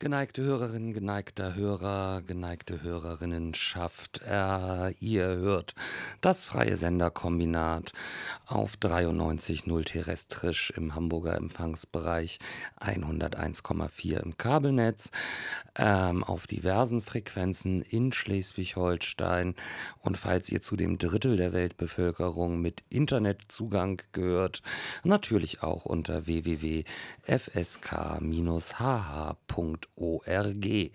Geneigte Hörerinnen, geneigter Hörer, geneigte Hörerinnenschaft, ihr hört das freie Senderkombinat auf 93,0 terrestrisch im Hamburger Empfangsbereich, 101,4 im Kabelnetz, auf diversen Frequenzen in Schleswig-Holstein. Und falls ihr zu dem Drittel der Weltbevölkerung mit Internetzugang gehört, natürlich auch unter www.fsk-hh.org.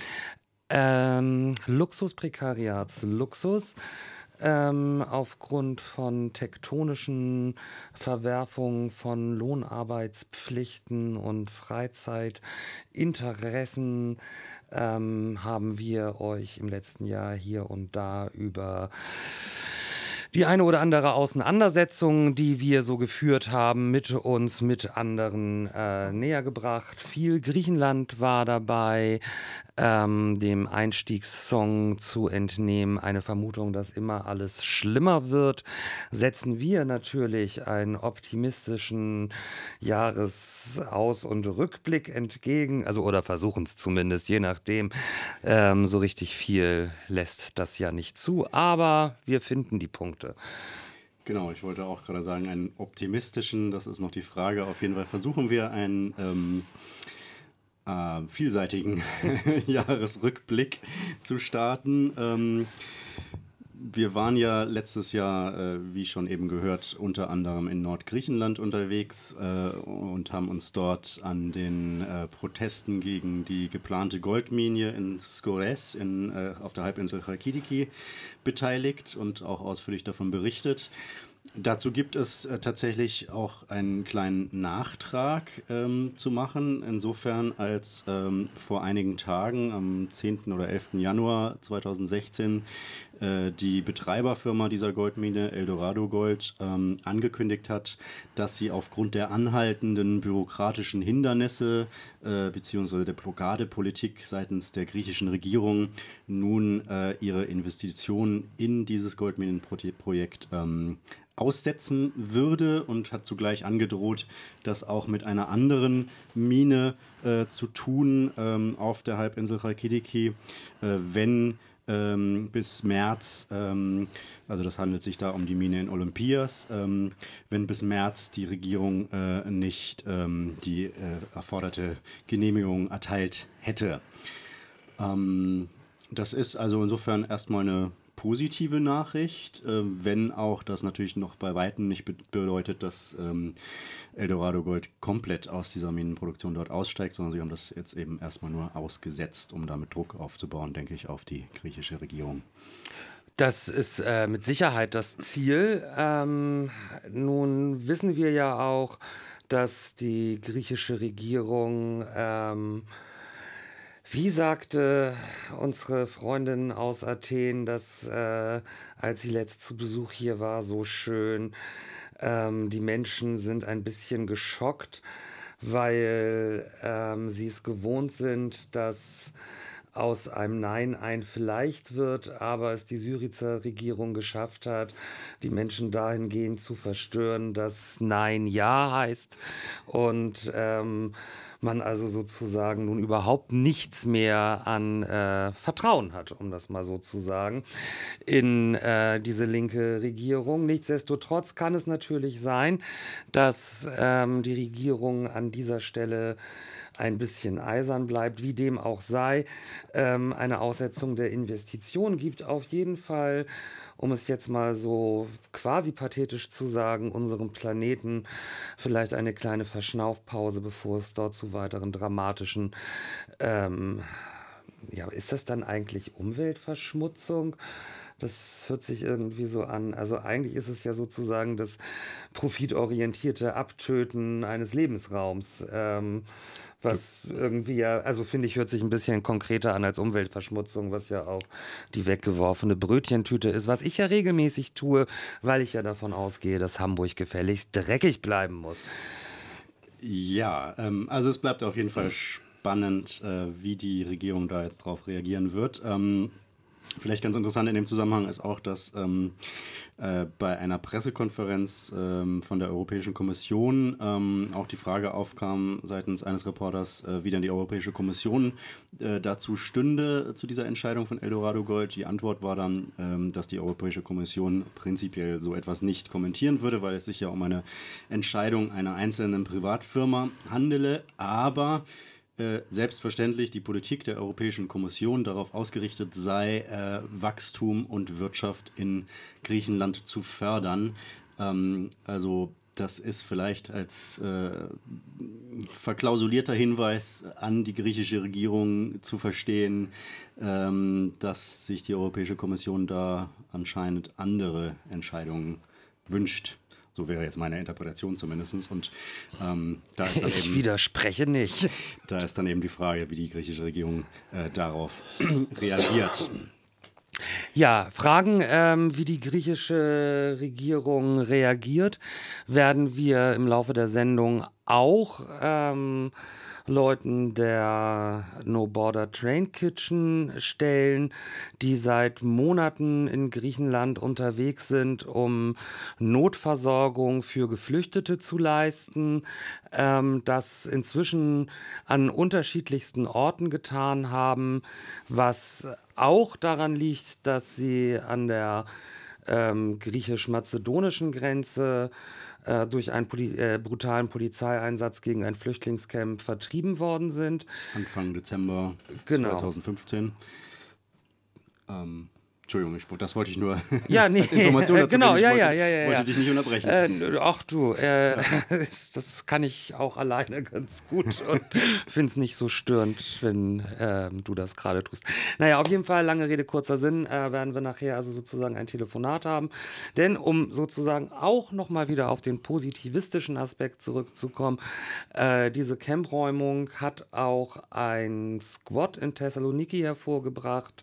Luxus, aufgrund von tektonischen Verwerfungen von Lohnarbeitspflichten und Freizeitinteressen haben wir euch im letzten Jahr hier und da über die eine oder andere Auseinandersetzung, die wir so geführt haben, mit uns, mit anderen näher gebracht. Viel Griechenland war dabei, dem Einstiegssong zu entnehmen, eine Vermutung, dass immer alles schlimmer wird, setzen wir natürlich einen optimistischen Jahresaus- und Rückblick entgegen, also oder versuchen es zumindest, je nachdem. So richtig viel lässt das ja nicht zu, aber wir finden die Punkte. Genau, ich wollte auch gerade sagen, einen optimistischen, das ist noch die Frage. Auf jeden Fall versuchen wir einen vielseitigen Jahresrückblick zu starten. Wir waren ja letztes Jahr, wie schon eben gehört, unter anderem in Nordgriechenland unterwegs und haben uns dort an den Protesten gegen die geplante Goldmine in Skores auf der Halbinsel Chalkidiki beteiligt und auch ausführlich davon berichtet. Dazu gibt es tatsächlich auch einen kleinen Nachtrag zu machen, insofern als vor einigen Tagen, am 10. oder 11. Januar 2016, die Betreiberfirma dieser Goldmine, Eldorado Gold, angekündigt hat, dass sie aufgrund der anhaltenden bürokratischen Hindernisse bzw. der Blockadepolitik seitens der griechischen Regierung nun ihre Investitionen in dieses Goldminenprojekt aussetzen würde und hat zugleich angedroht, das auch mit einer anderen Mine zu tun auf der Halbinsel Chalkidiki, wenn bis März, also das handelt sich da um die Mine in Olympias, wenn bis März die Regierung nicht die erforderte Genehmigung erteilt hätte. Das ist also insofern erstmal eine positive Nachricht, wenn auch das natürlich noch bei weitem nicht bedeutet, dass Eldorado Gold komplett aus dieser Minenproduktion dort aussteigt, sondern sie haben das jetzt eben erstmal nur ausgesetzt, um damit Druck aufzubauen, denke ich, auf die griechische Regierung. Das ist mit Sicherheit das Ziel. Nun wissen wir ja auch, dass die griechische Regierung, wie sagte unsere Freundin aus Athen, dass als sie letzt zu Besuch hier war, so schön, die Menschen sind ein bisschen geschockt, weil sie es gewohnt sind, dass aus einem Nein ein Vielleicht wird, aber es die Syrizer Regierung geschafft hat, die Menschen dahingehend zu verstören, dass Nein Ja heißt und man also sozusagen nun überhaupt nichts mehr an Vertrauen hat, um das mal so zu sagen, in diese linke Regierung. Nichtsdestotrotz kann es natürlich sein, dass die Regierung an dieser Stelle ein bisschen eisern bleibt, wie dem auch sei. Eine Aussetzung der Investition gibt auf jeden Fall, um es jetzt mal so quasi pathetisch zu sagen, unserem Planeten vielleicht eine kleine Verschnaufpause, bevor es dort zu weiteren dramatischen, ja, ist das dann eigentlich Umweltverschmutzung? Das hört sich irgendwie so an. Also eigentlich ist es ja sozusagen das profitorientierte Abtöten eines Lebensraums. Was irgendwie ja, also finde ich, hört sich ein bisschen konkreter an als Umweltverschmutzung, was ja auch die weggeworfene Brötchentüte ist, was ich ja regelmäßig tue, weil ich ja davon ausgehe, dass Hamburg gefälligst dreckig bleiben muss. Ja, also es bleibt auf jeden Fall spannend, wie die Regierung da jetzt drauf reagieren wird. Vielleicht ganz interessant in dem Zusammenhang ist auch, dass bei einer Pressekonferenz von der Europäischen Kommission auch die Frage aufkam seitens eines Reporters, wie denn die Europäische Kommission dazu stünde, zu dieser Entscheidung von Eldorado Gold. Die Antwort war dann, dass die Europäische Kommission prinzipiell so etwas nicht kommentieren würde, weil es sich ja um eine Entscheidung einer einzelnen Privatfirma handele, aber selbstverständlich die Politik der Europäischen Kommission darauf ausgerichtet sei, Wachstum und Wirtschaft in Griechenland zu fördern. Also das ist vielleicht als verklausulierter Hinweis an die griechische Regierung zu verstehen, dass sich die Europäische Kommission da anscheinend andere Entscheidungen wünscht. So wäre jetzt meine Interpretation zumindest. Und da ist dann Ich widerspreche nicht. Da ist dann eben die Frage, wie die griechische Regierung darauf reagiert. Ja, Fragen, wie die griechische Regierung reagiert, werden wir im Laufe der Sendung auch Leuten der No Border Train Kitchen stellen, die seit Monaten in Griechenland unterwegs sind, um Notversorgung für Geflüchtete zu leisten, das inzwischen an unterschiedlichsten Orten getan haben, was auch daran liegt, dass sie an der griechisch-mazedonischen Grenze durch einen brutalen Polizeieinsatz gegen ein Flüchtlingscamp vertrieben worden sind. Anfang Dezember Genau. 2015. Entschuldigung, das wollte ich nur Ja, nee, als Information dazu genau, geben. ja. Wollte dich nicht unterbrechen. Ach du, das kann ich auch alleine ganz gut und finde es nicht so störend, wenn du das gerade tust. Naja, auf jeden Fall, lange Rede, kurzer Sinn, werden wir nachher also sozusagen ein Telefonat haben. Denn um sozusagen auch nochmal wieder auf den positivistischen Aspekt zurückzukommen, diese Campräumung hat auch ein Squad in Thessaloniki hervorgebracht,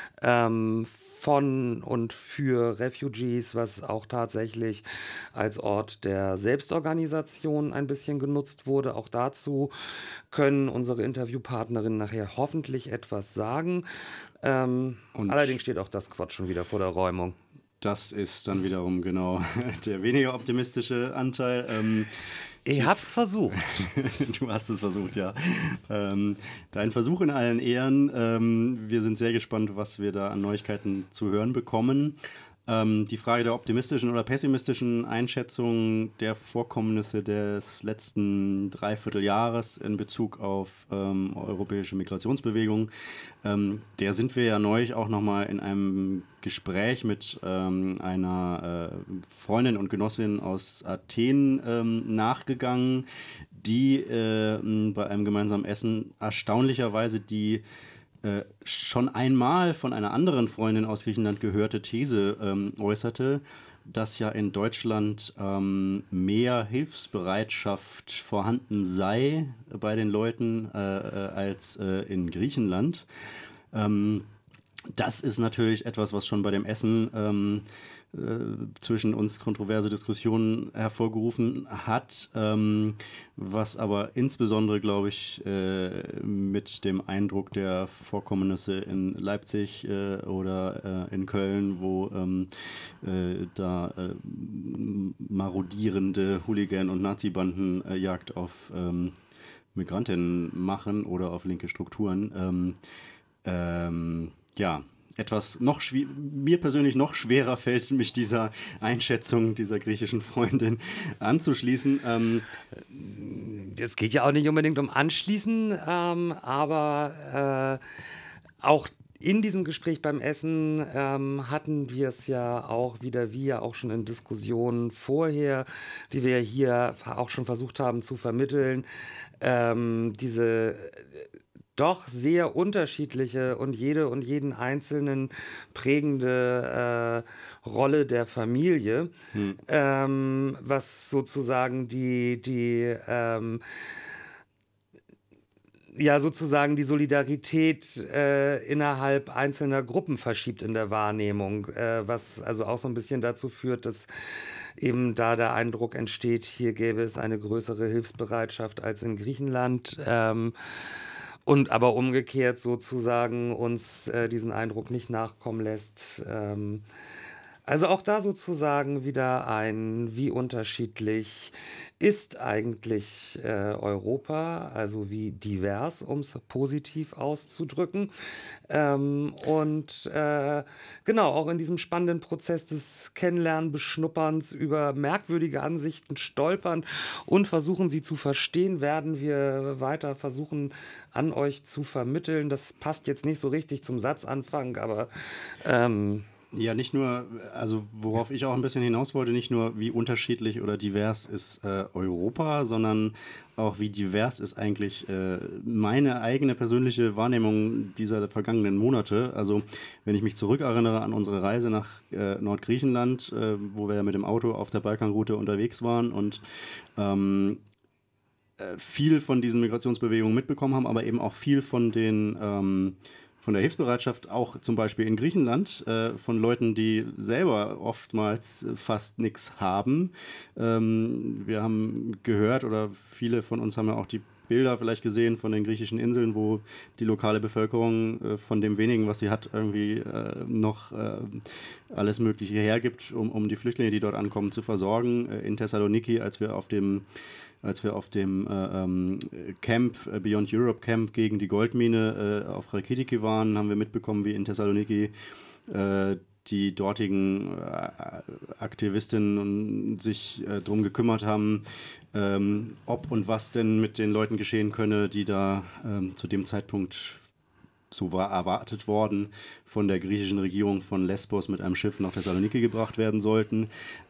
von und für Refugees, was auch tatsächlich als Ort der Selbstorganisation ein bisschen genutzt wurde. Auch dazu können unsere Interviewpartnerinnen nachher hoffentlich etwas sagen. Allerdings steht auch das Quatsch schon wieder vor der Räumung. Das ist dann wiederum genau der weniger optimistische Anteil. Ich hab's versucht. Du hast es versucht, ja. Dein Versuch in allen Ehren. Wir sind sehr gespannt, was wir da an Neuigkeiten zu hören bekommen. Die Frage der optimistischen oder pessimistischen Einschätzung der Vorkommnisse des letzten Dreivierteljahres in Bezug auf europäische Migrationsbewegungen, der sind wir ja neulich auch nochmal in einem Gespräch mit einer Freundin und Genossin aus Athen nachgegangen, die bei einem gemeinsamen Essen erstaunlicherweise die schon einmal von einer anderen Freundin aus Griechenland gehörte These äußerte, dass ja in Deutschland mehr Hilfsbereitschaft vorhanden sei bei den Leuten als in Griechenland. Das ist natürlich etwas, was schon bei dem Essen zwischen uns kontroverse Diskussionen hervorgerufen hat, was aber insbesondere, glaube ich, mit dem Eindruck der Vorkommnisse in Leipzig oder in Köln, wo da marodierende Hooligan- und Nazi-Banden Jagd auf Migrantinnen machen oder auf linke Strukturen, ja, etwas mir persönlich noch schwerer fällt, mich dieser Einschätzung dieser griechischen Freundin anzuschließen. Es geht ja auch nicht unbedingt um Anschließen, aber auch in diesem Gespräch beim Essen hatten wir es ja auch wieder, wie ja auch schon in Diskussionen vorher, die wir hier auch schon versucht haben zu vermitteln, diese doch sehr unterschiedliche und jeden Einzelnen prägende Rolle der Familie, was sozusagen sozusagen die Solidarität innerhalb einzelner Gruppen verschiebt in der Wahrnehmung, was also auch so ein bisschen dazu führt, dass eben da der Eindruck entsteht, hier gäbe es eine größere Hilfsbereitschaft als in Griechenland. Und aber umgekehrt sozusagen uns diesen Eindruck nicht nachkommen lässt. Also auch da sozusagen wieder wie unterschiedlich ist eigentlich Europa, also wie divers, um es positiv auszudrücken. Und genau, auch in diesem spannenden Prozess des Kennenlernen, Beschnupperns, über merkwürdige Ansichten stolpern und versuchen, sie zu verstehen, werden wir weiter versuchen, an euch zu vermitteln. Das passt jetzt nicht so richtig zum Satzanfang, aber Ja, nicht nur, also worauf ich auch ein bisschen hinaus wollte, nicht nur wie unterschiedlich oder divers ist Europa, sondern auch wie divers ist eigentlich meine eigene persönliche Wahrnehmung dieser vergangenen Monate. Also wenn ich mich zurückerinnere an unsere Reise nach Nordgriechenland, wo wir ja mit dem Auto auf der Balkanroute unterwegs waren und viel von diesen Migrationsbewegungen mitbekommen haben, aber eben auch viel von von der Hilfsbereitschaft, auch zum Beispiel in Griechenland, von Leuten, die selber oftmals fast nichts haben. Wir haben gehört, oder viele von uns haben ja auch die Bilder vielleicht gesehen von den griechischen Inseln, wo die lokale Bevölkerung von dem wenigen, was sie hat, irgendwie noch alles Mögliche hergibt, um die Flüchtlinge, die dort ankommen, zu versorgen. In Thessaloniki, als wir auf dem Camp, Beyond Europe Camp gegen die Goldmine auf Chalkidiki waren, haben wir mitbekommen, wie in Thessaloniki die dortigen Aktivistinnen sich darum gekümmert haben, ob und was denn mit den Leuten geschehen könne, die da zu dem Zeitpunkt, so war erwartet worden, von der griechischen Regierung von Lesbos mit einem Schiff nach Thessaloniki gebracht werden sollten.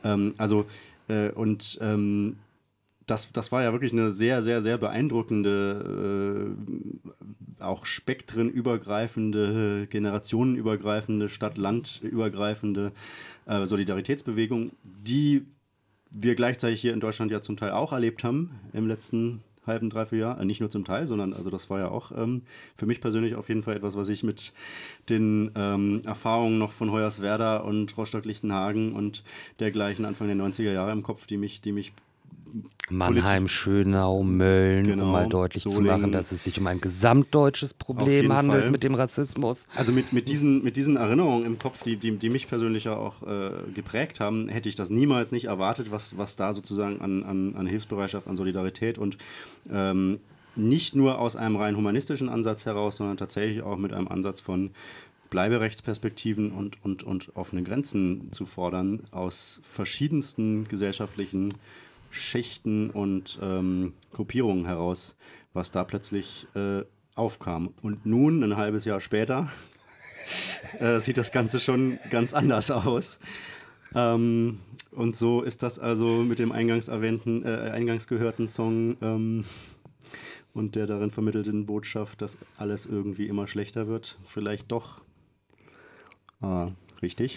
Das war ja wirklich eine sehr, sehr, sehr beeindruckende, auch spektrenübergreifende, generationenübergreifende, Stadt-Land-übergreifende Solidaritätsbewegung, die wir gleichzeitig hier in Deutschland ja zum Teil auch erlebt haben im letzten halben, dreiviertel Jahr. Nicht nur zum Teil, sondern also das war ja auch für mich persönlich auf jeden Fall etwas, was ich mit den Erfahrungen noch von Hoyerswerda und Rostock-Lichtenhagen und dergleichen Anfang der 90er Jahre im Kopf, die mich Mannheim, Schönau, Mölln, genau, um mal deutlich Solingen, zu machen, dass es sich um ein gesamtdeutsches Problem handelt mit dem Rassismus. Also mit diesen Erinnerungen im Kopf, die mich persönlich ja auch geprägt haben, hätte ich das niemals nicht erwartet, was da sozusagen an Hilfsbereitschaft, an Solidarität und nicht nur aus einem rein humanistischen Ansatz heraus, sondern tatsächlich auch mit einem Ansatz von Bleiberechtsperspektiven und offene Grenzen zu fordern, aus verschiedensten gesellschaftlichen Schichten und Gruppierungen heraus, was da plötzlich aufkam. Und nun, ein halbes Jahr später, sieht das Ganze schon ganz anders aus. Und so ist das also mit dem eingangs gehörten Song und der darin vermittelten Botschaft, dass alles irgendwie immer schlechter wird, vielleicht doch richtig.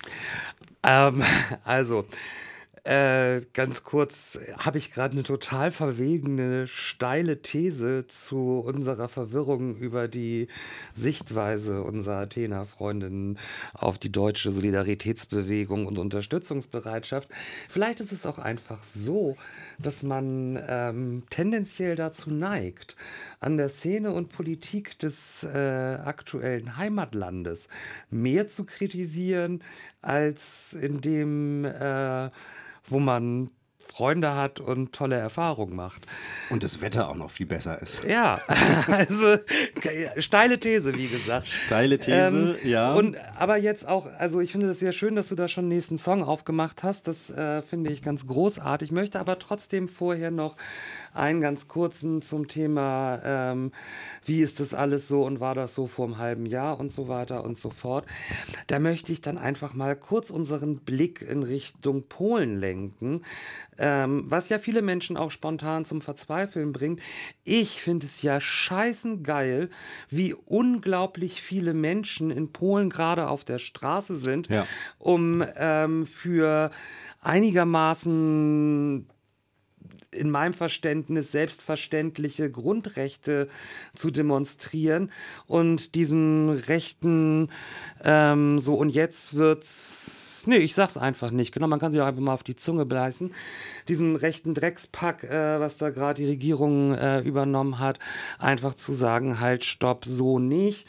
Also, ganz kurz, habe ich gerade eine total verwegene, steile These zu unserer Verwirrung über die Sichtweise unserer Athena-Freundinnen auf die deutsche Solidaritätsbewegung und Unterstützungsbereitschaft. Vielleicht ist es auch einfach so, dass man tendenziell dazu neigt, an der Szene und Politik des aktuellen Heimatlandes mehr zu kritisieren, als in dem wo man Freunde hat und tolle Erfahrungen macht. Und das Wetter auch noch viel besser ist. Ja, also steile These, wie gesagt. Steile These, ja. Aber jetzt auch, also ich finde das sehr schön, dass du da schon den nächsten Song aufgemacht hast. Das finde ich ganz großartig. Ich möchte aber trotzdem vorher noch einen ganz kurzen zum Thema, wie ist das alles so und war das so vor einem halben Jahr und so weiter und so fort. Da möchte ich dann einfach mal kurz unseren Blick in Richtung Polen lenken, was ja viele Menschen auch spontan zum Verzweifeln bringt. Ich finde es ja scheißengeil, wie unglaublich viele Menschen in Polen gerade auf der Straße sind, Ja. um für einigermaßen in meinem Verständnis selbstverständliche Grundrechte zu demonstrieren und diesen Rechten so und jetzt wird's, nee, ich sag's einfach nicht, genau, man kann sich auch einfach mal auf die Zunge beißen, diesem rechten Dreckspack, was da gerade die Regierung übernommen hat, einfach zu sagen, halt, stopp, so nicht.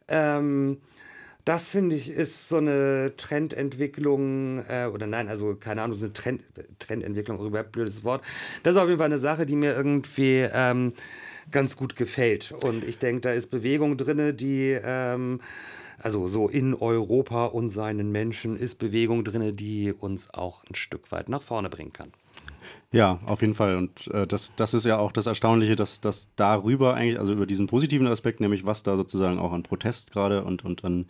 Das finde ich ist so eine Trendentwicklung, oder nein, also keine Ahnung, so eine Trendentwicklung, auch überhaupt blödes Wort. Das ist auf jeden Fall eine Sache, die mir irgendwie ganz gut gefällt. Und ich denke, da ist Bewegung drin, die, also so in Europa und seinen Menschen ist Bewegung drin, die uns auch ein Stück weit nach vorne bringen kann. Ja, auf jeden Fall. Und das ist ja auch das Erstaunliche, dass darüber eigentlich, also über diesen positiven Aspekt, nämlich was da sozusagen auch an Protest gerade und an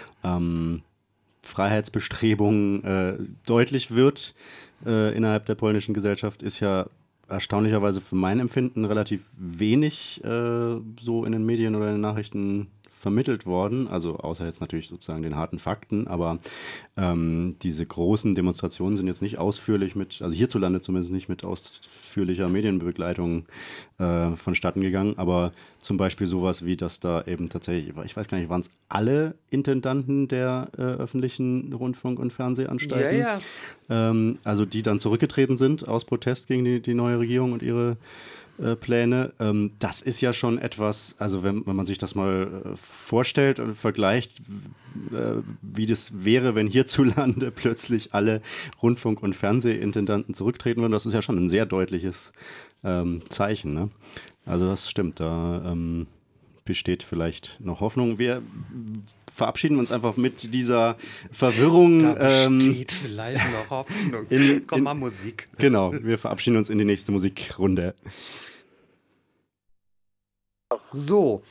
Freiheitsbestrebungen deutlich wird innerhalb der polnischen Gesellschaft, ist ja erstaunlicherweise für mein Empfinden relativ wenig so in den Medien oder in den Nachrichten vermittelt worden, also außer jetzt natürlich sozusagen den harten Fakten, aber diese großen Demonstrationen sind jetzt nicht ausführlich also hierzulande zumindest nicht mit ausführlicher Medienbegleitung vonstatten gegangen, aber zum Beispiel sowas wie, dass da eben tatsächlich, ich weiß gar nicht, waren es alle Intendanten der öffentlichen Rundfunk- und Fernsehanstalten? Ja, ja. Also die dann zurückgetreten sind aus Protest gegen die neue Regierung und ihre Pläne. Das ist ja schon etwas, also wenn man sich das mal vorstellt und vergleicht, wie das wäre, wenn hierzulande plötzlich alle Rundfunk- und Fernsehintendanten zurücktreten würden, das ist ja schon ein sehr deutliches Zeichen. Ne? Also das stimmt, da besteht vielleicht noch Hoffnung. Wir verabschieden uns einfach mit dieser Verwirrung. Da besteht vielleicht noch Hoffnung. Komm mal, Musik. Genau, wir verabschieden uns in die nächste Musikrunde. So,